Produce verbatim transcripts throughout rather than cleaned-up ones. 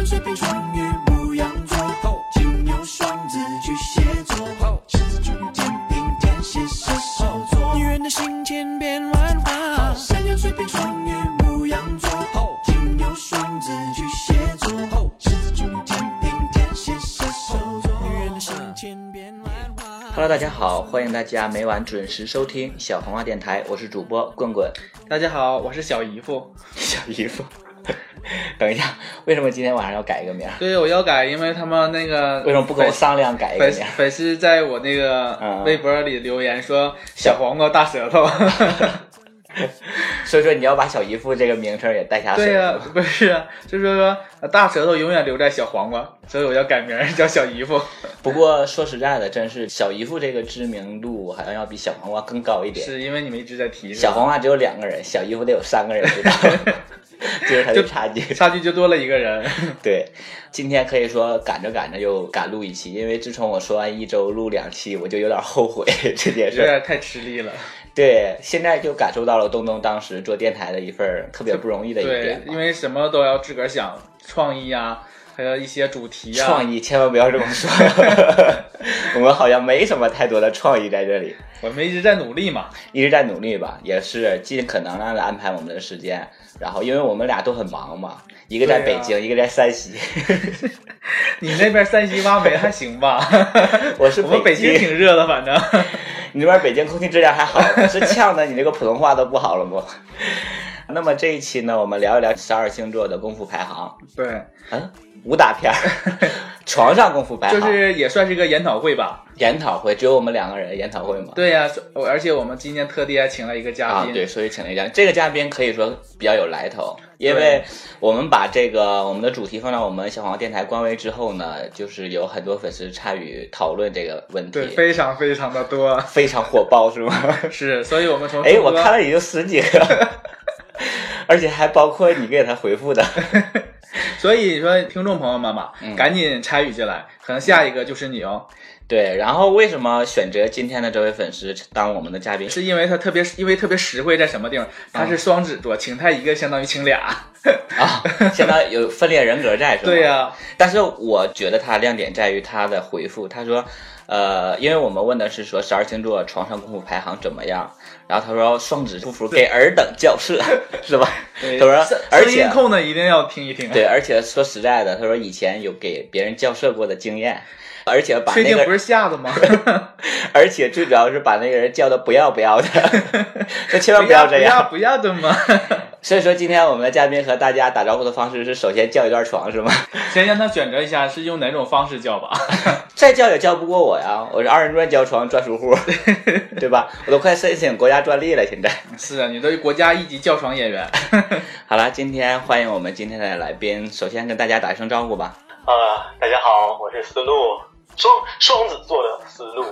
水瓶双鱼牧羊座，金牛双子巨蟹座，狮子处女天平天蝎射手座。女人的心千变万化，山羊水瓶双鱼牧羊座，金牛双子巨蟹座，狮子处女天平天蝎射手座。女人的心千变万化。 Hello， 大家好，欢迎大家每晚准时收听小黄瓜电台，我是主播棍棍。 大家好，我是小姨夫。 小姨夫，等一下，为什么今天晚上要改一个名？ 对，我要改，因为他们那个为什么不跟我商量改一个名？ 粉丝在我那个微博里留言说小黄瓜大舌头。 所以说你要把小姨夫这个名称也带下水。 对呀、啊，不是啊，就是说大舌头永远留在小黄瓜，所以我要改名叫小姨夫。 不过说实在的，真是小姨夫这个知名度好像要比小黄瓜更高一点。 是因为你们一直在提。 小黄瓜只有两个人，小姨夫得有三个人知道。就是他的差距， 差距就多了一个人。 对，今天可以说赶着赶着又赶录一期，因为自从我说完一周录两期，我就有点后悔这件事， 有点太吃力了。 对，现在就感受到了东东当时做电台的一份特别不容易的一点。 对，因为什么都要自个儿想，创意啊，还有一些主题啊。 创意千万不要这么说，我们好像没什么太多的创意在这里。 我们一直在努力嘛， 一直在努力吧，也是尽可能让他安排我们的时间。然后，因为我们俩都很忙嘛，一个在北京，啊、一个在山西。 你那边山西挖煤还行吧？ 我是我们北京挺热的，反正。 你那边北京空气质量还好，是呛的你这个普通话都不好了不？那么这一期呢，我们聊一聊十二星座的功夫排行。 对， 嗯，武打片床上功夫排行， 就是也算是一个研讨会吧。 研讨会只有我们两个人研讨会吗？ 对呀、啊，而且我们今天特地还请了一个嘉宾。 啊，对，所以请了一个嘉宾。这个嘉宾可以说比较有来头，因为我们把这个我们的主题放到我们小黄电台官微之后呢，就是有很多粉丝参与讨论这个问题， 对，非常非常的多， 非常火爆，是吗？ 是，所以我们从哎，我看了也就十几个，而且还包括你给他回复的。 所以说，听众朋友们嘛， 嗯、 赶紧参与进来，可能下一个就是你哦。 对，然后为什么选择今天的这位粉丝当我们的嘉宾？ 是因为他特别，因为特别实惠，在什么地方？他是双子座，请他一个相当于请俩啊，相当于有分裂人格在，是吧？ 对呀、啊。 但是我觉得他亮点在于他的回复，他说，呃，因为我们问的是说十二星座床上功夫排行怎么样，然后他说双子夫妇给尔等校色，是吧？ 对， 他说，而且声音控呢一定要听一听。 对，而且说实在的，他说以前有给别人校色过的经验。而且把那个确定不是吓的吗？ 而且最主要是把那个人叫的不要不要的，就千万不要这样， 不要不要的吗？ 所以说今天我们的嘉宾和大家打招呼的方式是首先叫一段床，是吗？ 先让他选择一下是用哪种方式叫吧。 再叫也叫不过我呀，我是二人转叫床专属户，对吧？我都快申请国家专利了，现在。 是啊，你都是国家一级叫床演员。 好了，今天欢迎我们今天的来宾，首先跟大家打一声招呼吧。 呃，大家好，我是思路。双双子座的思路，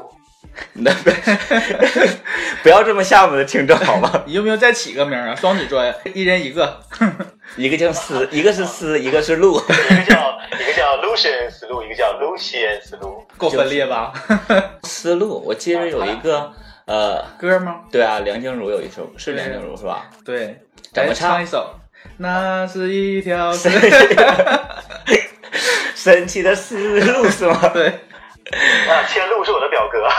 不要这么吓我们的听众好吗？ 你有没有再起个名啊？双子座一人一个， 一个叫思，一个是思，一个是路， 一个叫一个叫 Lucian 思路，一个叫 Lucian 思路， 够分裂吧？ 思路，我记得有一个呃歌吗？ 对啊，梁静茹有一首，是梁静茹是吧？ 对， 怎么唱一首？那是一条神奇的思路是吗？ 对。 啊，千路是我的表哥。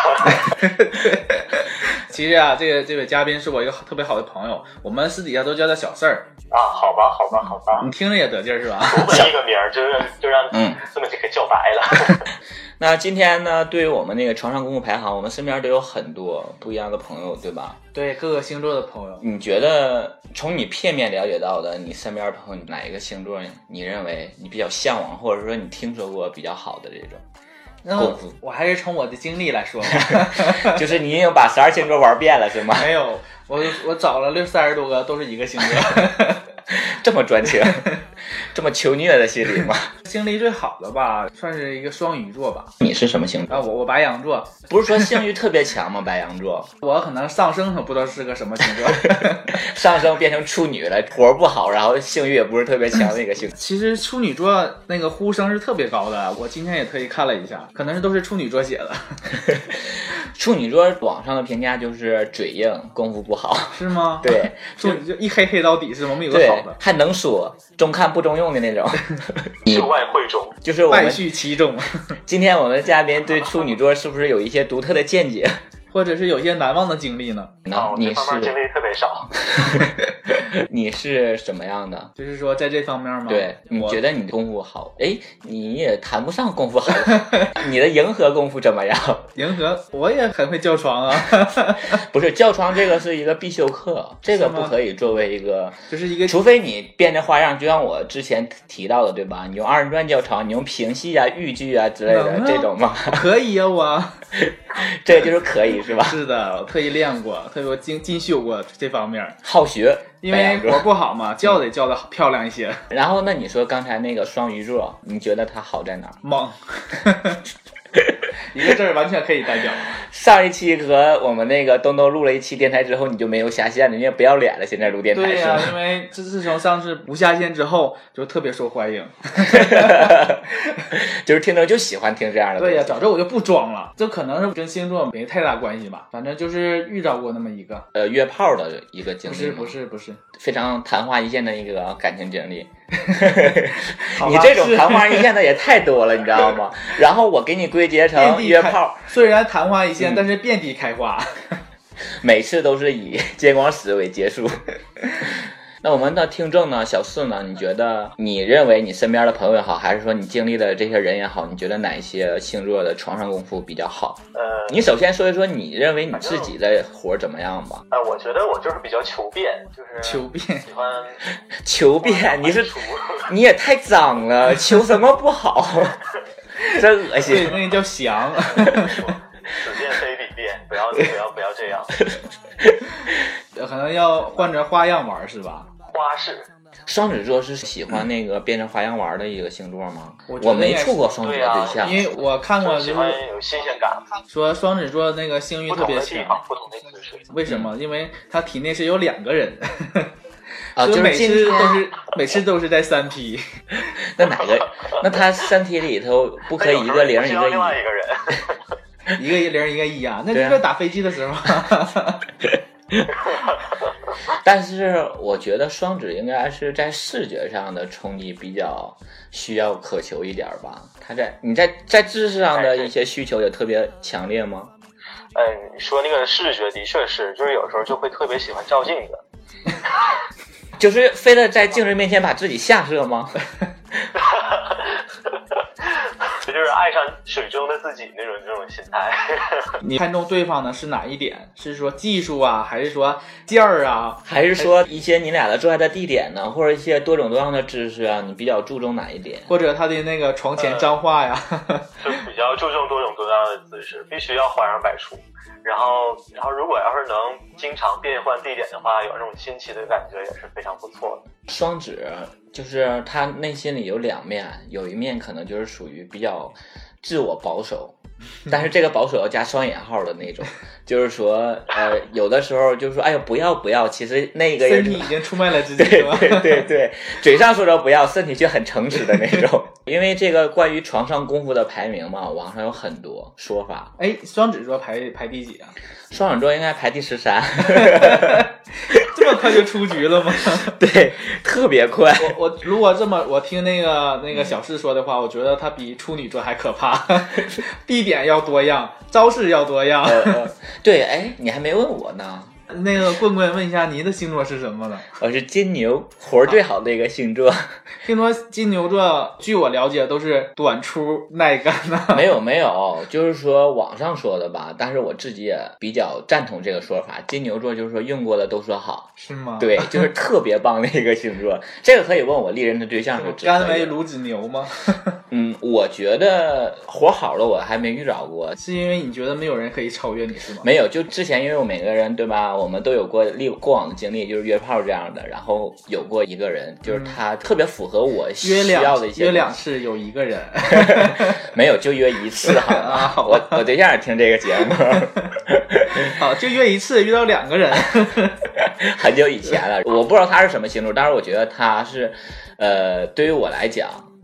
其实啊，这个这位嘉宾是我一个特别好的朋友，我们私底下都叫他小四儿。 啊，好吧，好吧，好吧。 你听着也得劲儿是吧？ 我本一个名儿就让就让嗯这么就给叫白了。 那今天呢，对于我们那个床上功夫排行，我们身边都有很多不一样的朋友，对吧？ 对，各个星座的朋友。 你觉得从你片面了解到的，你身边朋友哪一个星座你认为你比较向往，或者说你听说过比较好的这种？ 那我还是从我的经历来说吧。 就是你已经把十二星座玩遍了是吗？ 没有，我我找了六三十多个都是一个星座。 这么专情，这么求虐的心理吗？ 经历最好的吧，算是一个双鱼座吧。 你是什么星座啊？我我白羊座。 不是说性欲特别强吗？白羊座。 我可能上升可不知道是个什么星座。 上升变成处女了，活不好，然后性欲也不是特别强的一个星座。 其实处女座那个呼声是特别高的，我今天也特意看了一下，可能是都是处女座写的。 处女座网上的评价就是嘴硬，功夫不好。 是吗？ 对， 就就一黑黑到底是吗？没有个对好的， 还能说，中看不中用的那种。 秀外慧中， 就是我们败絮其中， 今天我们的嘉宾对处女座是不是有一些独特的见解？ 或者是有些难忘的经历呢？ 哦， 你这方面经是历特别少。 你是什么样的？ 就是说在这方面吗？ 对，你我觉得你功夫好？哎，你也谈不上功夫好，你的迎合功夫怎么样？ 迎合我也很会叫床啊， 不是叫床，这个是一个必修课，这个是吗不可以作为一个， 就是一个除非你变着花样，就像我之前提到的，对吧？你用二人转叫床，你用评戏啊、豫剧啊之类的能啊这种嘛， 可以呀、我这个就是可以是吧？ 是的，我特意练过，特别精精修过这方面， 好学， 因为活不好嘛，叫得叫得漂亮一些， 然后那你说刚才那个双鱼座，你觉得它好在哪儿？ 猛，一个字儿完全可以代表。 上一期和我们那个东东录了一期电台之后，你就没有下线了，你也不要脸了，现在录电台是对呀、 吗？ 因为自自从上次不下线之后，就特别受欢迎。 就是听众就喜欢听这样的东西。 对呀、早知道我就不装了。这可能是跟星座没太大关系吧，反正就是遇到过那么一个。 呃，约炮的一个经历吗， 不是不是不是， 非常昙花一现的一个感情经历。 好吧你这种是昙花一现的也太多了，你知道吗？然后我给你归结遍成地开约炮， 虽然昙花一现， 嗯但是遍地开花。 每次都是以见光死为结束。那我们的听众呢，小四呢？你觉得你认为你身边的朋友也好，还是说你经历的这些人也好，你觉得哪一些星座的床上功夫比较好？ 呃， 你首先说一说你认为你自己的活儿怎么样吧？ 呃，我觉得我就是比较求变，就是求变， 喜欢求变，你是出你也太脏了，求什么不好？真恶对， 心。 那个叫降。 此变非彼变，不要不要不要这样。 可能要换着花样玩是吧？ 花式， 双子座是喜欢那个变着花样玩的一个星座吗？ 我觉得我没处过双子对啊座对象， 因为我看过， 喜欢就是有新鲜感， 说双子座那个性欲不特别强， 同的地方，不同的姿势。 为什么？因为他体内是有两个人， 啊， 所以每就是今天次都是每次都是在三 P。 那哪个？那他身体里头不可以一个零一个需要另外一？ 一个人。 一个一零一个一啊，那对啊就是打飞机的时候。 但是我觉得双子应该是在视觉上的冲击比较需要渴求一点吧。他在你在在知识上的一些需求也特别强烈吗？ 嗯，你说那个视觉的确是，就是有时候就会特别喜欢照镜子。 就是非得在镜子面前把自己下射吗？ 这就是爱上水中的自己那种这种心态。 你看中对方的是哪一点？是说技术啊，还是说劲儿啊？ 还是说一些你俩的做爱的地点呢，或者一些多种多样的知识啊？你比较注重哪一点？ 或者他的那个床前脏话呀？ 就比较注重多种多样的姿势，必须要花样百出。然后，然后如果要是能经常变换地点的话，有那种新奇的感觉也是非常不错的。 双子就是他内心里有两面，有一面可能就是属于比较自我保守，但是这个保守要加双引号的那种，就是说，呃，有的时候就是说，哎呦不要不要，其实那个人身体已经出卖了自己， 对是吧？ 对对对，嘴上说着不要，身体却很诚实的那种。因为这个关于床上功夫的排名嘛，网上有很多说法。 哎，双子座排排第几啊？ 双子座应该排第十三， 这么快就出局了吗？ 对，特别快。 我我如果这么我听那个那个小四说的话，我觉得他比处女座还可怕，地点要多样，招式要多样。 呃呃，对，哎，你还没问我呢。 那个棍棍问一下，你的星座是什么呢？ 我是金牛，活儿最好的一个星座。 听说金牛座，据我了解都是短出耐干的。 没有没有，就是说网上说的吧，但是我自己也比较赞同这个说法。金牛座就是说用过的都说好， 是吗？ 对，就是特别棒的一个星座。这个可以问我历任的对象就知道了。 甘为孺子牛吗？ 嗯，我觉得活好的我还没遇着过。 是因为你觉得没有人可以超越你是吗？ 没有，就之前因为我每个人对吧，我们都有过历过往的经历，就是约炮这样的，然后有过一个人，就是他特别符合我需约要的一些。 约两次有一个人， 没有就约一次好吗？ 啊好我我对象也听这个节目， 好，就约一次遇到两个人。 很久以前了，我不知道他是什么星座，但是我觉得他是，呃，对于我来讲。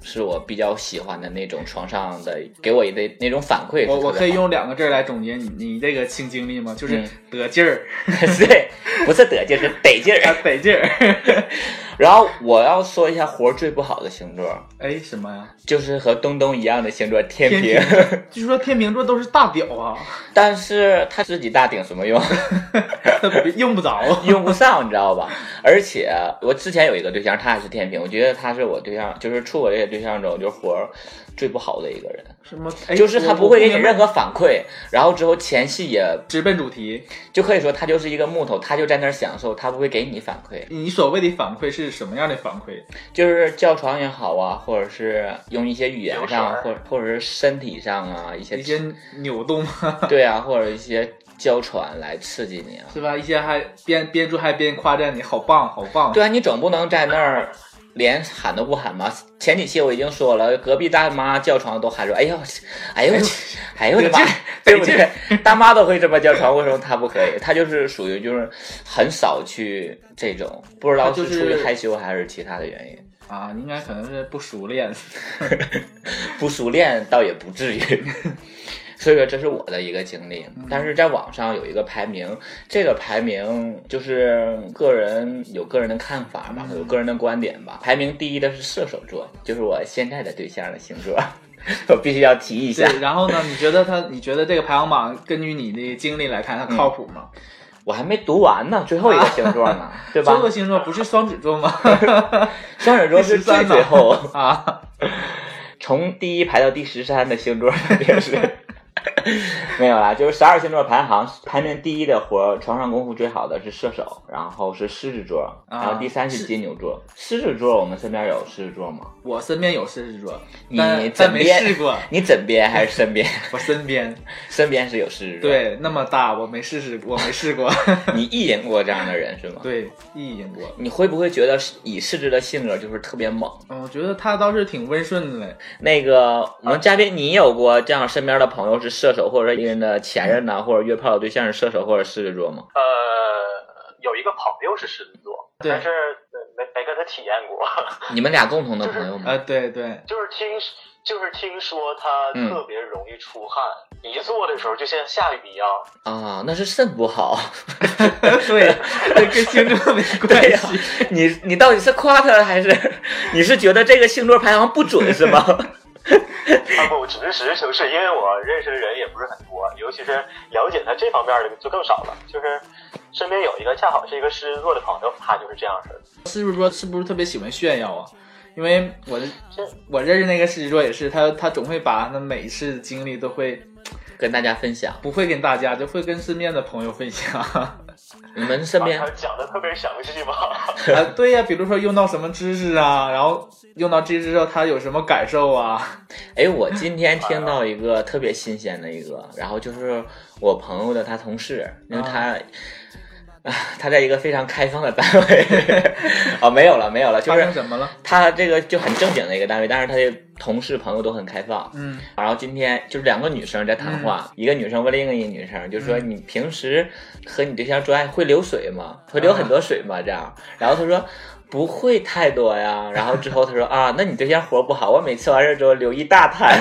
是我比较喜欢的那种床上的，给我的那种反馈。 我我可以用两个字来总结你你这个性经历吗？就是得劲儿。 嗯、对，不是得劲儿，是得劲儿， 啊、得劲儿。 然后我要说一下活最不好的星座。 哎，什么呀？ 就是和东东一样的星座，天平。 天平据说天平座都是大屌啊， 但是他自己大顶什么用？ 用不着， 用不上，你知道吧？而且我之前有一个对象，他还是天平，我觉得他是我对象，就是处我这些对象中，就是活最不好的一个人。 什么？ 就是他不会给你任何反馈，然后之后前戏也直奔主题， 就可以说他就是一个木头，他就在那儿享受，他不会给你反馈。 你所谓的反馈是什么样的反馈？ 就是叫床也好啊，或者是用一些语言上，或者或者是身体上啊，一些一些扭动， 对啊，或者一些娇喘来刺激你啊， 是吧？一些还边边做还边夸赞你，好棒好棒。 对啊，你总不能在那儿连喊都不喊吧？前几期我已经说了，隔壁大妈叫床都喊说：“哎呦，哎呦，哎呦我的妈，对不对？”大妈都会这么叫床，为什么她不可以？她就是属于就是很少去这种，不知道是出于害羞还是其他的原因啊？应该可能是不熟练， 不熟练倒也不至于。所以说这是我的一个经历，但是在网上有一个排名，这个排名就是个人有个人的看法吧，有个人的观点吧。排名第一的是射手座，就是我现在的对象的星座，我必须要提一下。 然后呢，你觉得他，你觉得这个排行榜根据你的经历来看，它靠谱吗？ 嗯，我还没读完呢，最后一个星座呢，啊、对吧？ 最后星座不是双子座吗？ 双子座是最最后啊， 从第一排到第十三的星座也是。没有啦，就是十二星座排行排名第一的活，床上功夫最好的是射手，然后是狮子座，然后第三是金牛座。狮子座我们身边有狮子座吗？ 我身边有狮子座， 你但没试过。 你枕边还是身边？ 我身边， 身边是有狮子座。 对，那么大，我没试试，我没试过。 你意淫过这样的人是吗？ 对，意淫过。 你会不会觉得以狮子的性格就是特别猛？ 嗯，我觉得他倒是挺温顺的。 那个我们嘉宾，你有过这样身边的朋友是射手，或者说一人的前任呐、啊，或者约炮的对象是射手或者狮子座吗？ 呃，有一个朋友是狮子座，但是没没跟他体验过。 你们俩共同的朋友吗？ 啊、就是呃，对对， 就是听就是听说他特别容易出汗，嗯、一做的时候就像下雨一样啊，那是肾不好。 对，跟星座没关系。 啊、你你到底是夸他还是你是觉得这个星座排行不准是吗？ 啊不，只是实事求是，因为我认识的人也不是很多，尤其是了解他这方面的就更少了。就是身边有一个恰好是一个狮子座的朋友，他就是这样式的。 狮子座是不是特别喜欢炫耀啊？因为我的我认识那个狮子座也是，他他总会把他每一次的经历都会跟大家分享， 不会跟大家，就会跟身边的朋友分享。 你们身边、 啊、他讲的特别详细吗？ 啊，对呀、啊，比如说用到什么知识啊，然后用到知识之后他有什么感受啊？ 哎，我今天听到一个特别新鲜的一个，然后就是我朋友的他同事，因为他。啊啊，他在一个非常开放的单位，哦，没有了，没有了，就是发生什么了？ 他这个就很正经的一个单位，但是他的同事朋友都很开放， 嗯， 然后今天就是两个女生在谈话，嗯、一个女生问另一个女生，就说、嗯、你平时和你对象做爱会流水吗？会流很多水吗？这样，然后他说不会太多呀，然后之后他说啊，那你对象活不好，我每次完事之后流一大滩。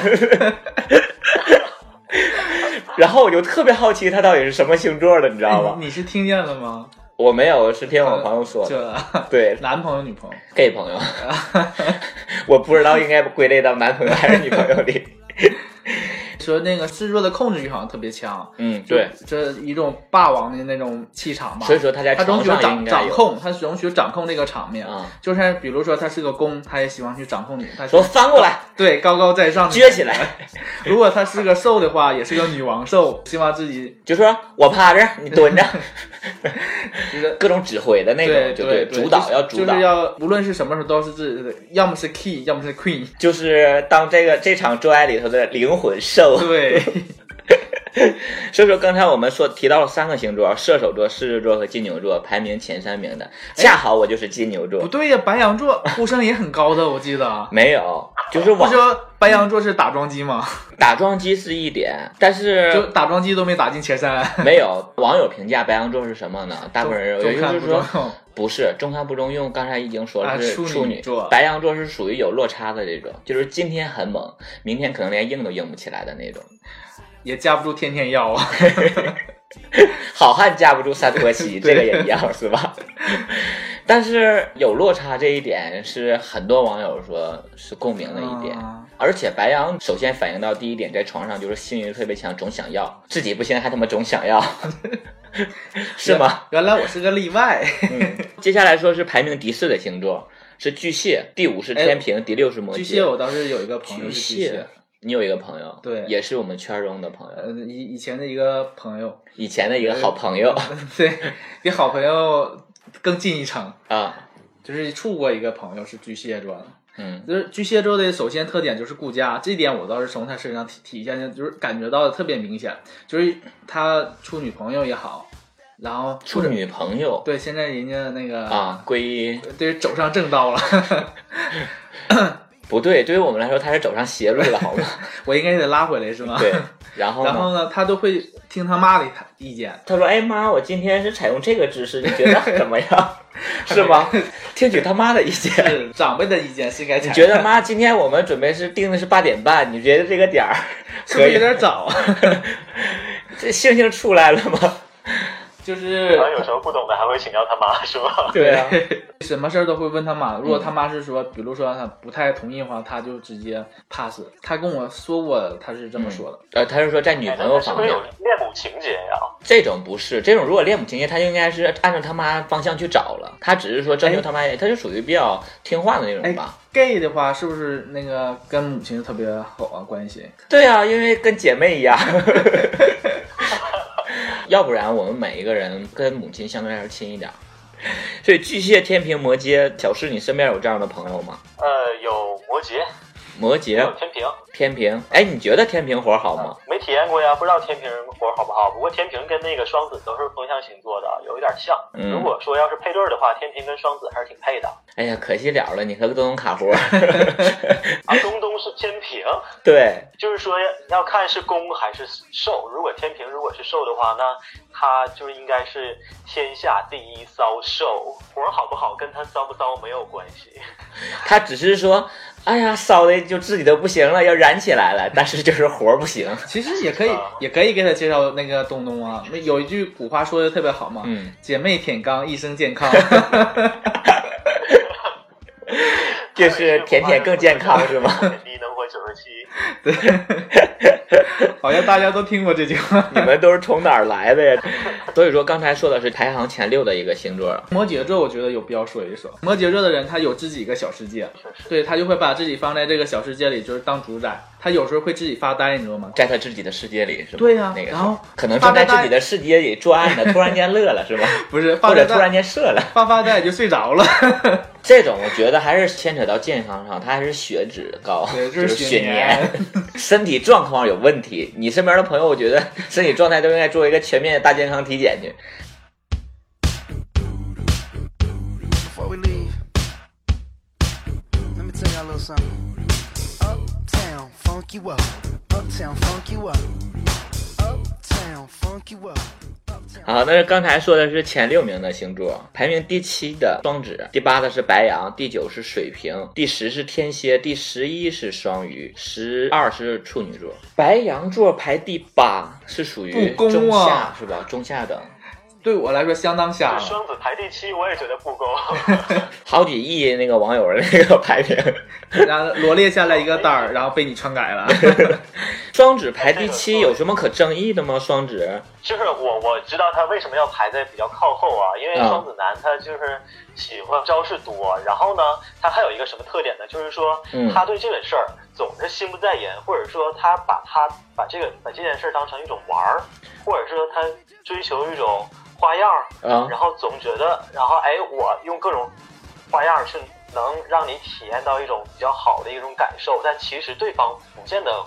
然后我就特别好奇他到底是什么星座的，你知道吗？ 你, 你是听见了吗？ 我没有，是听我朋友说的。 呃、 对， 男朋友、女朋友、 gay 朋友，我不知道应该归类到男朋友还是女朋友里。 说那个狮子座的控制欲好像特别强， 嗯，对， 这一种霸王的那种气场嘛。 所以说他在床上应该他总喜欢掌控，他总喜欢掌控这个场面。 嗯， 就是比如说他是个攻，他也喜欢去掌控你。他说翻过来， 对，高高在上， 撅起来。 如果他是个兽的话，也是个女王兽，希望自己就说我趴着，你蹲着，就是各种指挥的那种， 对就对对， 主导要主导， 就是要无论是什么时候都是自己的，要么是 key， 要么是 queen， 就是当这个这场做爱里头的灵魂兽。 对。 所以说刚才我们说提到了三个星座，射手座、狮子座和金牛座，排名前三名的，恰好我就是金牛座。 不对呀，白羊座呼声也很高的，我记得。 没有，就是我说白羊座是打桩机吗？ 打桩机是一点，但是就打桩机都没打进前三。 没有，网友评价白羊座是什么呢？大部分人中就是说不是中看不中用，刚才已经说了是处处女座， 白羊座是属于有落差的这种，就是今天很猛，明天可能连硬都硬不起来的那种， 也架不住天天要啊。 好汉架不住三簸箕，这个也一样是吧？但是有落差这一点是很多网友说是共鸣的一点， 啊、 而且白羊首先反映到第一点，在床上就是性欲特别强，总想要，自己不行还他妈总想要。是吗？ 原来我是个例外。 嗯，接下来说是排名第四的星座是巨蟹，第五是天平，第六是摩羯。 巨蟹我倒是有一个朋友是巨蟹， 你有一个朋友， 对， 也是我们圈中的朋友， 呃，以以前的一个朋友， 以前的一个好朋友， 呃、对，比好朋友更进一层啊， 就是处过一个朋友是巨蟹座的。 嗯， 就是巨蟹座的首先特点就是顾家，这一点我倒是从他身上体体现，就是感觉到的特别明显，就是他处女朋友也好，然后处女朋友， 对，现在人家那个啊归对走上正道了。 不对，对于我们来说他是走上邪路了，好吗？ 我应该得拉回来是吗？ 对，然后然后呢，他都会听他妈的意见。 他说：“哎妈，我今天是采用这个姿势，你觉得怎么样？是吗？听取他妈的意见， 是长辈的意见是应该采用。 你觉得妈，今天我们准备是定的是八点半，你觉得这个点儿是不是有点早？ 这星星出来了吗？” 就是有时候不懂的还会请教他妈，是吧？ 对啊， 什么事儿都会问他妈。如果他妈是说，比如说他不太同意的话，他就直接 pass。他跟我说过，他是这么说的。 嗯、呃，他是说在女朋友方面， 是不是有恋母情节呀？ 这种不是，这种如果恋母情节，他就应该是按照他妈方向去找了。他只是说征求他妈，哎、他就属于比较听话的那种吧。 哎 gay 的话，是不是那个跟母亲特别好啊关系？ 对啊，因为跟姐妹一样。要不然我们每一个人跟母亲相对来说亲一点。所以巨蟹、天平、摩羯，小诗你身边有这样的朋友吗？ 呃，有摩羯， 摩羯， 有天平， 天平。哎，你觉得天平活好吗？ 没体验过呀，不知道天平活好不好。不过天平跟那个双子都是风象星座的，有一点像。 嗯、 如果说要是配对的话，天平跟双子还是挺配的。 哎呀，可惜了了，你和东东卡活。 啊，东东是天平， 对， 就是说要看是攻还是受。如果天平如果是受的话，那他就应该是天下第一骚受。活好不好跟他骚不骚没有关系。 他只是说，哎呀，骚的就自己都不行了，要燃起来了，但是就是活不行。 其实也可以，也可以给他介绍那个东东啊。有一句古话说的特别好嘛， 嗯， 姐妹舔肛，一生健康。 就是甜甜更健康是吗？ 你能活九十七。 对，好像大家都听过这句话。 你们都是从哪儿来的呀？所以说刚才说的是排行前六的一个星座。 摩羯座我觉得有必要说一说，摩羯座的人他有自己一个小世界，对，他就会把自己放在这个小世界里，就是当主宰。他有时候会自己发呆，你知道吗？ 在他自己的世界里是吧？ 对呀、啊， 那个然后可能正在自己的世界里作案的，突然间乐了是吧？ 不是， 或者突然间射了， 发发呆就睡着了。 这种我觉得还是牵扯到健康上，他还是血脂高， 对， 就是血黏，身体状况有问题。你身边的朋友，我觉得身体状态都应该做一个全面的大健康体检去。 Before we leave, let me tell y'all a little something. Uptown, funk you up. Uptown, funk you up. Uptown, funk you up. 好，那是刚才说的是前六名的星座，排名第七的双子，第八的是白羊，第九是水瓶，第十是天蝎，第十一是双鱼，十二是处女座。白羊座排第八，是属于中下、 啊、 是吧？中下等。 对我来说相当下了。 双子排第七，我也觉得不够。 好几亿那个网友的那个排名， 然后罗列下来一个单儿，然后被你篡改了。 双子排第七有什么可争议的吗？双子就是我我知道他为什么要排在比较靠后啊，因为双子男他就是喜欢招式多，然后呢，他还有一个什么特点呢？就是说他对这个事儿总是心不在焉，或者说他把他把这个把这件事当成一种玩儿，或者说他追求一种花样， 嗯， 然后总觉得，然后哎，我用各种花样是能让你体验到一种比较好的一种感受，但其实对方不见得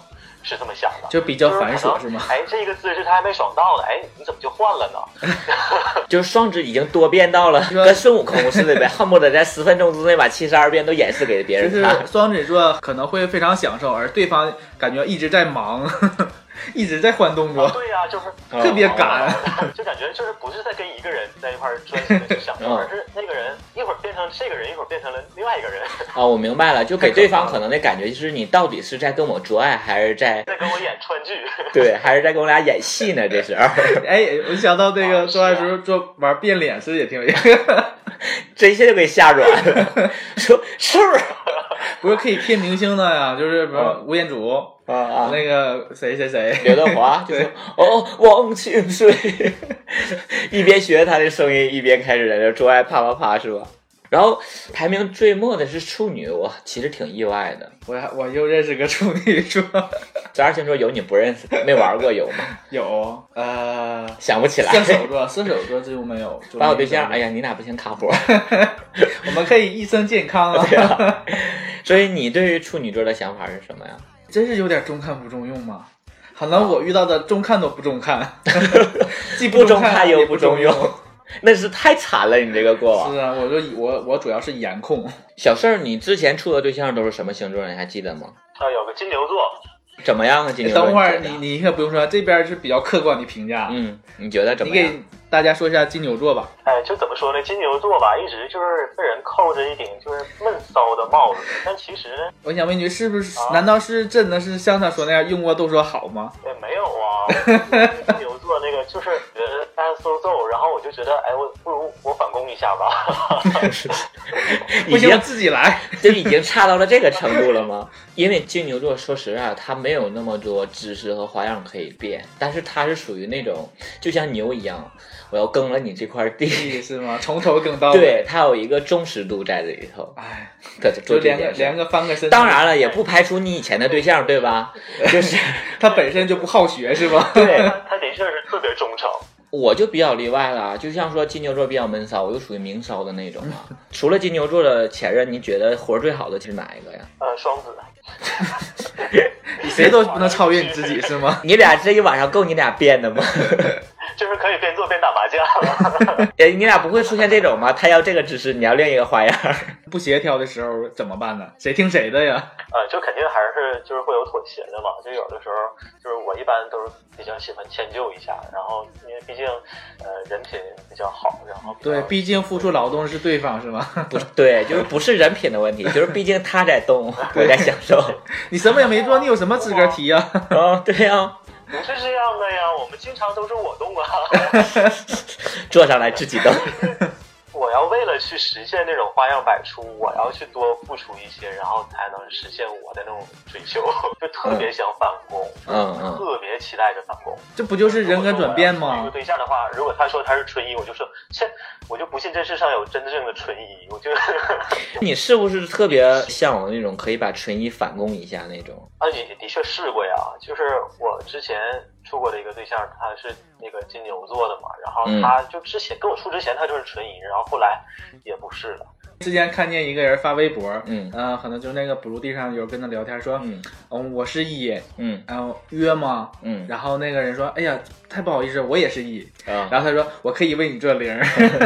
是这么想的， 就比较繁琐是吗？ 哎，这个姿势他还没爽到呢，哎，你怎么就换了呢？ 就是双指已经多变到了跟孙悟空似的呗，恨不得在十分钟之内把七十二变都演示给别人看。 就是双子座可能会非常享受，而对方感觉一直在忙。一直在换动作， 啊、对呀、啊，就是特别赶， 就感觉就是不是在跟一个人在一块专心的去享受，而是那个人一会儿变成这个人，一会儿变成了另外一个人。 哦，我明白了，就给对方可能的感觉就是你到底是在跟我做爱，还是在在跟我演川剧？ 对，还是在跟我俩演戏呢？这时候， 哎，我想到这个做爱时候做玩变脸，是不是也挺有意思？ 这一下就给吓软了，说是不是？ 不是可以骗明星的呀？就是比如吴彦祖。 啊啊！ 那个谁谁谁， 刘德华就说：“哦，忘情水。”一边学他的声音，一边开始在这做爱，啪啪啪，是吧？然后排名最末的是处女，我其实挺意外的。 我我又认识个处女座， 十二星座有你不认识的，没玩过有吗？ 有，呃， 想不起来。 射手座，射手座这就没有。 把我对象，哎呀，你俩不行，卡活。 我们可以一生健康啊。 对啊。所以你对于处女座的想法是什么呀？ 真是有点中看不中用吗？可能我遇到的中看都不中看，既不中看又不中用，那是太惨了。你这个过往是啊，我就我我主要是颜控。 小事儿，你之前处的对象都是什么星座？你还记得吗？ 啊，有个金牛座。 怎么样啊？金牛座？ 等会儿你你可不用说，这边是比较客观的评价。 嗯，你觉得怎么样？ 你给大家说一下金牛座吧。 哎，就怎么说呢？金牛座吧，一直就是被人扣着一顶就是闷骚的帽子，但其实呢， 我想问你，是不是？ 啊、 难道是真的是像他说那样，用过都说好吗？ 也没有啊，金牛座那个就是觉得大家嗖嗖，然后我就觉得，哎，我不如我反攻一下吧。 不行，我自己来。 就已经差到了这个程度了吗？因为金牛座，说实话，他没有那么多知识和花样可以变，但是他是属于那种就像牛一样，我要耕了你这块地， 是吗？从头耕到尾。对，他有一个忠实度在这里头。 哎， 就连个连个翻个身。 当然了，也不排除你以前的对象，对吧？就是他本身就不好学，是吧？ 对， 他的确是特别忠诚。 我就比较例外了，就像说金牛座比较闷骚，我就属于明骚的那种嘛。除了金牛座的前任，你觉得活最好的是哪一个呀？ 呃，双子。 你谁都不能超越你自己是吗？ 你俩这一晚上够你俩编的吗？ 就是可以边做边打麻将了。 哎，你俩不会出现这种吗？他要这个姿势，你要另一个花样。 不协调的时候怎么办呢？谁听谁的呀？ 呃，就肯定还是就是会有妥协的嘛。就有的时候，就是我一般都是比较喜欢迁就一下，然后因为毕竟呃人品比较好，然后对，毕竟付出劳动是对方是吗？ 不对，就是不是人品的问题，就是毕竟他在动，我在享受。 你什么也没做，你有什么资格提呀？ 哦，对呀、啊。 不是这样的呀，我们经常都是我动啊， 坐上来自己动。 我要为了去实现那种花样百出，我要去多付出一些，然后才能实现我的那种追求，就特别想反攻， 嗯嗯， 特别期待着反攻。 这不就是人格转变吗？ 一个对象的话，如果他说他是纯一，我就说切，我就不信这世上有真正的纯一，我就。 你是不是特别向往那种可以把纯一反攻一下那种？ 啊，也的确试过呀，就是我之前处过的一个对象，他是那个金牛座的嘛，然后他就之前、嗯、跟我处之前他就是纯一，然后后来也不是了。 之前看见一个人发微博， 嗯， 呃，可能就那个补录地上有人跟他聊天说， 嗯， 嗯，我是一， 嗯， 然后约吗？ 嗯， 然后那个人说，哎呀，太不好意思，我也是一， 啊， 然后他说，我可以为你做零。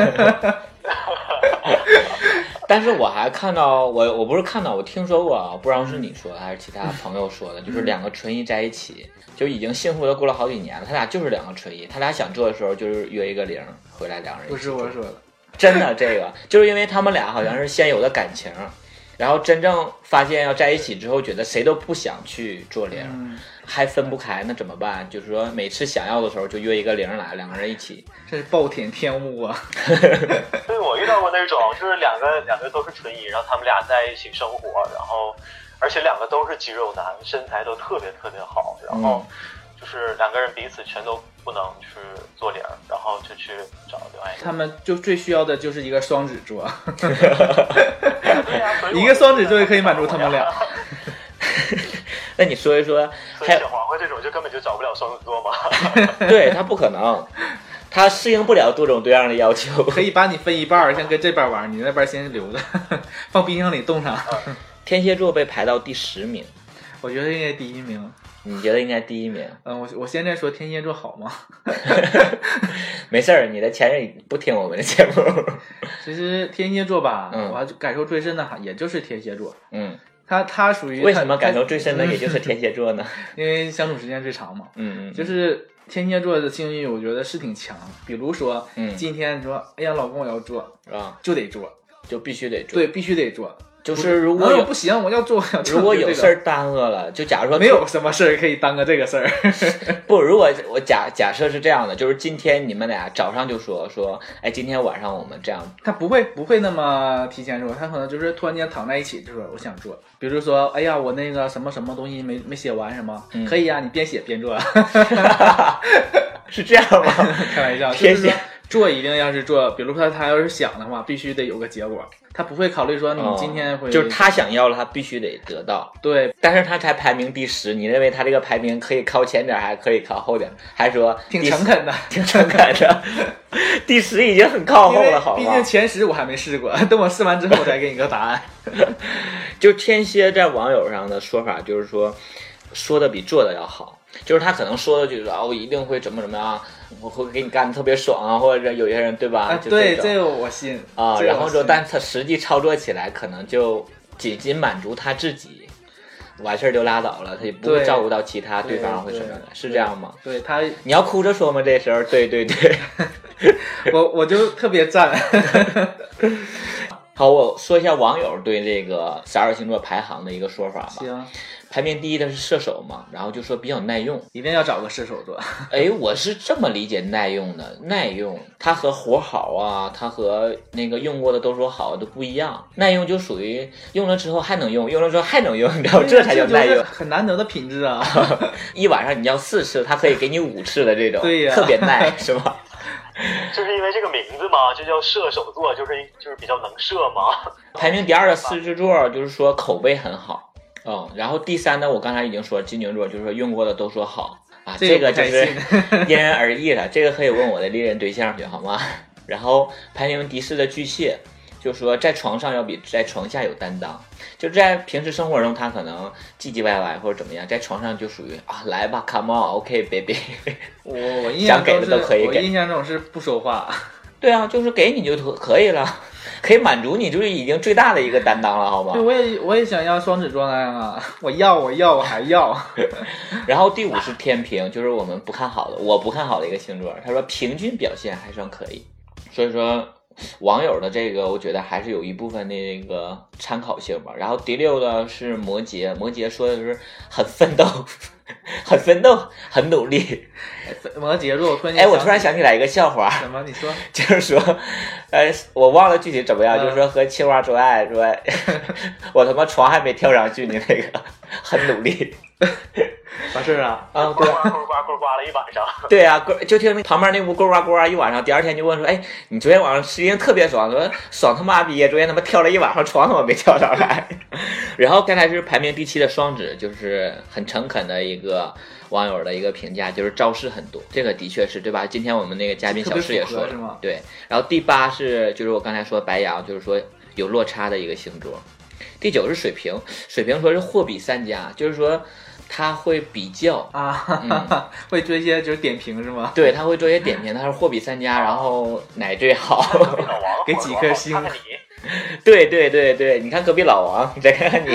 但是我还看到，我我不是看到，我听说过啊，不知道是你说的还是其他朋友说的，嗯、就是两个纯一在一起，就已经幸福的过了好几年了。他俩就是两个纯一，他俩想做的时候就是约一个零，回来两个人。 不是我说的， 真的这个就是因为他们俩好像是先有的感情，然后真正发现要在一起之后，觉得谁都不想去做零。嗯，还分不开，那怎么办？就是说每次想要的时候就约一个零来，两个人一起， 这是暴殄天物啊！ 对，我遇到过那种，就是两个两个都是纯一，然后他们俩在一起生活，然后而且两个都是肌肉男，身材都特别特别好，然后就是两个人彼此全都不能去做零，然后就去找另外一个。 他们就最需要的就是一个双子座， 对呀、啊， 一个双子座就可以满足他们俩。 那你说一说， 所以小黄瓜这种就根本就找不了双子座嘛？ 对，他不可能，他适应不了多种多样的要求。 可以把你分一半，先跟这边玩，你那边先留着，放冰箱里冻上。 天蝎座被排到第十名， 我觉得应该第一名。 你觉得应该第一名？ 嗯，我我现在说天蝎座好吗？ 没事儿，你的前任不听我们的节目。 其实天蝎座吧， 嗯、 我感受最深的也就是天蝎座。 嗯， 他他属于为什么感受最深的也就是天蝎座呢？ 因为相处时间最长嘛。 嗯嗯， 就是天蝎座的性欲，我觉得是挺强。比如说， 嗯， 今天你说，哎呀，老公我要做啊， 就得做， 就必须得做， 对，必须得做。 就是如果有不行，我要做。 如果有事儿耽搁了，就假如说没有什么事儿可以耽搁这个事儿。 不，如果我假假设是这样的，就是今天你们俩早上就说说，哎，今天晚上我们这样， 他不会不会那么提前说，他可能就是突然间躺在一起就说我想做，比如说，哎呀，我那个什么什么东西没没写完什么，嗯、可以呀、啊，你边写边做。 是这样吗？ 开玩笑，就是说做一定要是做，比如说他要是想的话，必须得有个结果，他不会考虑说你今天会、 哦，就是他想要了，他必须得得到。 对， 但是他才排名第十，你认为他这个排名可以靠前点，还可以靠后点，还是说挺诚恳的， 挺诚恳的？第十已经很靠后了，好吗？ 毕竟前十我还没试过，等我试完之后我再给你个答案。 就天蝎在网友上的说法就是说，说的比做的要好。就是他可能说的就是啊，我一定会怎么怎么样，我会给你干的特别爽啊，或者有些人对吧？ 啊， 就对，这个我信啊。 这然后说，但他实际操作起来，可能就仅仅满足他自己，完事儿就拉倒了，他也不会照顾到其他对方或什么的，是这样吗？ 对他， 你要哭着说吗？这时候，对对对， 我我就特别赞。 好，我说一下网友对这个十二星座排行的一个说法吧。 行。 排名第一的是射手嘛，然后就说比较耐用， 一定要找个射手座。 哎，我是这么理解耐用的，耐用它和活好啊，它和那个用过的都说好都不一样。耐用就属于用了之后还能用，用了之后还能用，你知道这才叫耐用， 很难得的品质啊！ 一晚上你要四次，它可以给你五次的这种， 对呀， 特别耐，是吧？ 就是因为这个名字嘛，就叫射手座，就是就是比较能射嘛。 排名第二的狮子座，就是说口碑很好。嗯，然后第三呢，我刚才已经说金牛座，就是说用过的都说好啊，这个就是因人而异了，这个可以问我的历任对象去好吗？然后排名第四的巨蟹，就说在床上要比在床下有担当，就在平时生活中他可能唧唧歪歪或者怎么样，在床上就属于啊来吧 ，come on，OK baby， 我我印象中是， 想给的都可以给， 我印象中是不说话。 对啊，就是给你就可以了。可以满足你，就是已经最大的一个担当了，好吗？ 对，我也我也想要双子座那样啊！我要，我要，我还要。 然后第五是天平，就是我们不看好的，我不看好的一个星座。他说平均表现还算可以，所以说网友的这个，我觉得还是有一部分那个参考性吧。然后第六的是摩羯，摩羯说的是很奋斗。很奋斗，很努力。 摩羯座，我突然哎，我突然想起来一个笑话。 什么？你说？ 就是说，呃，我忘了具体怎么样，嗯、就是说和青蛙做爱，说我他妈床还没跳上去，你那个很努力。 完事啊？ 啊， 呱呱呱呱呱了一晚上。 对啊，就听旁边那屋呱呱呱一晚上，第二天就问说，哎，你昨天晚上实际上特别爽，说爽他妈逼，昨天他妈跳了一晚上床，他妈没跳上来。然后刚才是排名第七的双子，就是很诚恳的一个网友的一个评价，就是招式很多，这个的确是对吧？今天我们那个嘉宾小石也说了，对。然后第八是就是我刚才说白羊，就是说有落差的一个星座。第九是水瓶，水瓶说是货比三家，就是说他会比较啊、 嗯， 会做一些就是点评是吗？ 对，他会做一些点评，他是货比三家，然后哪最好， 给几颗星。 看看你对对对对，你看隔壁老王，你再看看你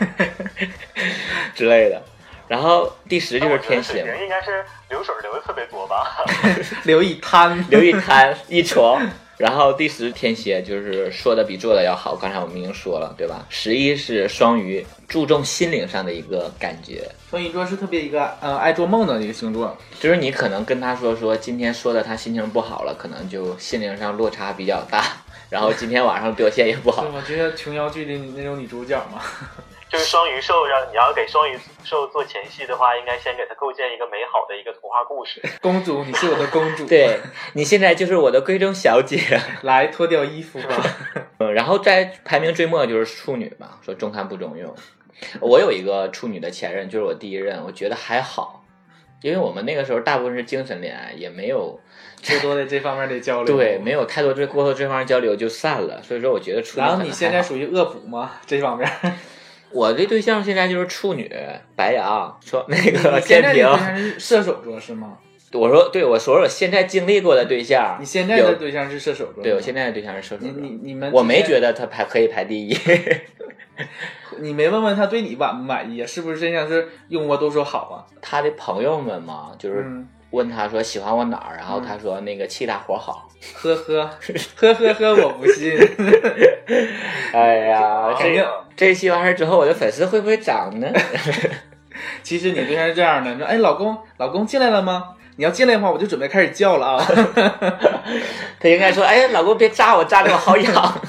之类的。然后第十就是天蝎嘛， 应该是流水流的特别多吧， 流一滩， 流一滩一床。然后第十天蝎就是说的比做的要好，刚才我们已经说了，对吧？十一是双鱼，注重心灵上的一个感觉。 双鱼座是特别一个呃爱做梦的一个星座， 就是你可能跟他说说今天说的他心情不好了，可能就心灵上落差比较大，然后今天晚上表现也不好。 对，我觉得琼瑶剧里那种女主角嘛。 就是双鱼兽，让你要给双鱼兽做前戏的话，应该先给他构建一个美好的一个童话故事。 公主，你是我的公主。 对，你现在就是我的闺中小姐。 来，脱掉衣服吧。 嗯，然后在排名最末就是处女嘛，说中看不中用。我有一个处女的前任，就是我第一任，我觉得还好，因为我们那个时候大部分是精神恋爱，也没有太多的这方面的交流。 对，没有太多这过后这方面交流就散了，所以说我觉得处女。 然后你现在属于恶补吗？这方面？ 我这对象现在就是处女、白羊，说那个天平。 天平你现在的对象是射手座是吗？ 我说，对，我说说现在经历过的对象。 你现在的对象是射手座？ 对，我现在的对象是射手座。 你你你们， 我没觉得他排可以排第一。 你没问问他对你满不满意啊？是不是真像是用过都说好啊？ 他的朋友们嘛，就是问他说喜欢我哪儿，然后他说那个气大活好。 呵呵呵呵呵，我不信。 哎呀，这这期完事之后，我的粉丝会不会涨呢？ 其实你对象是这样的，说哎，老公，老公进来了吗？你要进来的话，我就准备开始叫了啊。 他应该说，哎，老公别扎我，扎的我好痒。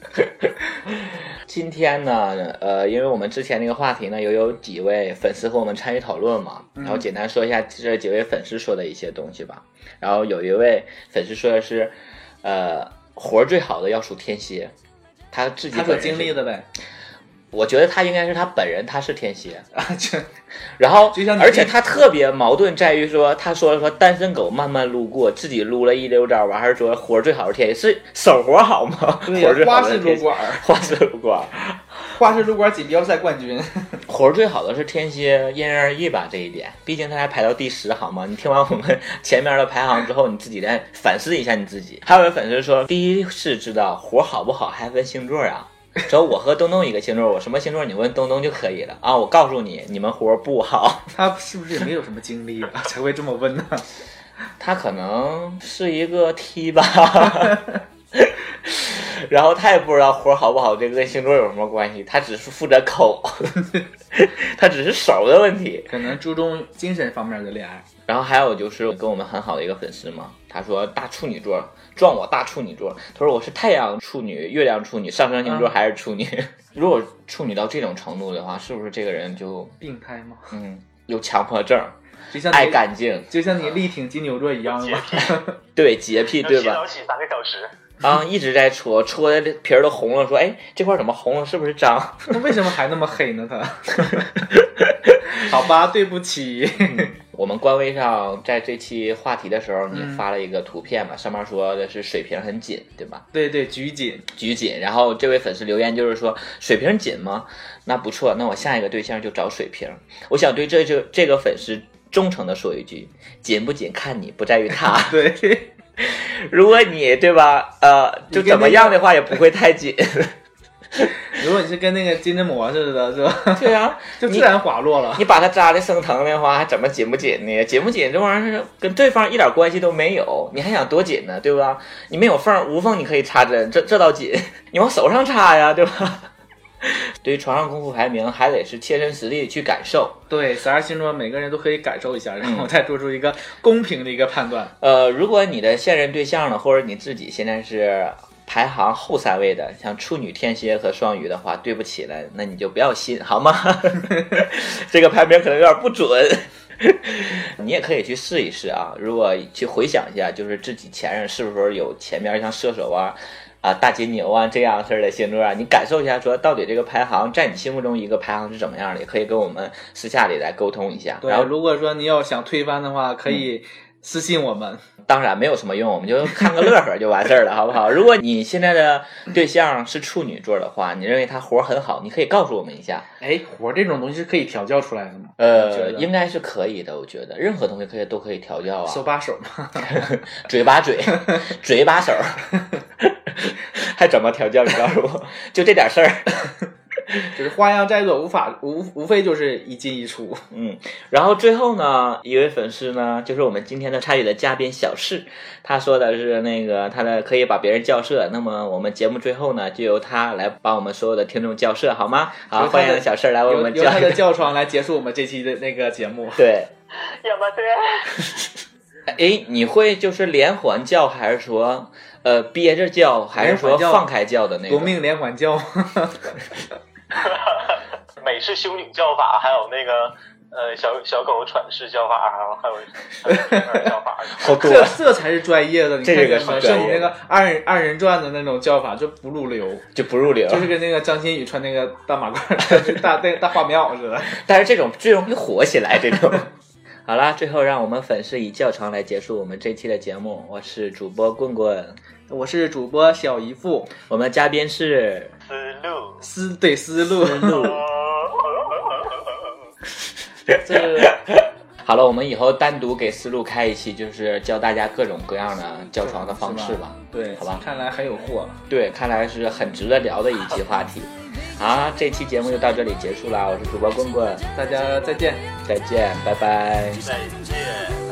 今天呢，呃，因为我们之前那个话题呢，有有几位粉丝和我们参与讨论嘛，然后简单说一下这几位粉丝说的一些东西吧。然后有一位粉丝说的是，呃，活最好的要数天蝎，他自己他所经历的呗。 我觉得他应该是他本人，他是天蝎啊，然后而且他特别矛盾在于说，他说了说单身狗慢慢路过，自己撸了一溜招，完还是说活最好是天蝎，是手活好吗？ 对呀、啊，花式撸管， 花式撸管， 花式撸管锦标赛冠军， 活最好的是天蝎，因人而异吧这一点，毕竟他还排到第十，好吗？你听完我们前面的排行之后，你自己再反思一下你自己。还有粉丝说，第一是知道活好不好还分星座啊。只要我和东东一个星座，我什么星座你问东东就可以了啊！我告诉你，你们活不好。 他是不是也没有什么经历啊，才会这么问呢？ 他可能是一个 T 吧，然后他也不知道活好不好，这个跟星座有什么关系？他只是负责口，他只是手的问题， 可能注重精神方面的恋爱。 然后还有就是跟我们很好的一个粉丝嘛，他说大处女座。撞我大处女座，他说我是太阳处女、月亮处女、上升星座还是处女。嗯、如果处女到这种程度的话，是不是这个人就病态吗？ 嗯，有强迫症， 就像爱干净， 就像你力挺金牛座一样吗？ 对，洁癖，对吧？ 洗澡洗三个小时啊，一直在搓，搓的皮儿都红了，说哎这块怎么红了？是不是脏？ 那为什么还那么黑呢？他？好吧，对不起。 嗯我们官微上在这期话题的时候，你发了一个图片嘛，嗯、上面说的是水平很紧，对吧？ 对对，举紧， 举紧。然后这位粉丝留言就是说，水平紧吗？那不错，那我下一个对象就找水平。我想对这这这个粉丝忠诚的说一句，紧不紧看你，不在于他。 对， 如果你对吧，呃，就怎么样的话也不会太紧。 如果你是跟那个金针蘑似的，是吧？ 对啊， 就自然滑落了。 你, 你把它扎的生疼的话，还怎么紧不紧呢？紧不紧这玩意儿跟对方一点关系都没有，你还想多紧呢，对吧？你没有缝，无缝你可以插针，这这倒紧，你往手上插呀，对吧？对于床上功夫排名，还得是切身实力去感受。 对，十二星座每个人都可以感受一下，然后再做出一个公平的一个判断。 呃，如果你的现任对象呢，或者你自己现在是排行后三位的，像处女、天蝎和双鱼的话，对不起了，那你就不要信，好吗？这个排名可能有点不准。你也可以去试一试啊，如果去回想一下，就是自己前任是不是有前面像射手啊、啊大金牛啊这样式的星座啊，你感受一下，说到底这个排行在你心目中一个排行是怎么样的，也可以跟我们私下里来沟通一下。 对，然后如果说你要想推翻的话，可以私信我们。 嗯，当然没有什么用，我们就看个乐呵就完事儿了，好不好？如果你现在的对象是处女座的话，你认为他活很好，你可以告诉我们一下。 哎，活这种东西是可以调教出来的吗？ 呃，应该是可以的，我觉得任何东西可以都可以调教啊。 手把手嘛， 嘴把嘴，嘴把手，还怎么调教？你告诉我，就这点事儿。 就是花样再多，无法无无非就是一进一出。 嗯，然后最后呢，一位粉丝呢，就是我们今天的参与的嘉宾小四，他说的是那个他的可以把别人叫色，那么我们节目最后呢，就由他来把我们所有的听众叫色，好吗？好，欢迎小四来为我们叫， 由他的叫床来结束我们这期的那个节目。 对， 要么对。 哎，你会就是连环叫，还是说呃憋着叫，还是说放开叫的那个？ 夺命连环叫。 美式修女叫法，还有那个呃小小狗喘式叫法，然后还有叫法， 好多， 这这才是专业的。你看这个是专业的， 像你那个二人二人转的那种叫法就不入流， 就不入流， 就是跟那个张馨予穿那个大马褂、大那大花棉袄似的。 但是这种最容易火起来，这种。好啦，最后让我们粉丝以较长来结束我们这期的节目。我是主播棍棍， 我是主播小姨父， 我们嘉宾是思路， 思对思路。 思路这好了，我们以后单独给思路开一期，就是教大家各种各样的叫床的方式吧。 对， 好吧。 看来还有货。 对，看来是很值得聊的一期话题。好，这期节目就到这里结束啦，我是主播棍棍， 大家再见， 再见，拜拜， 再见。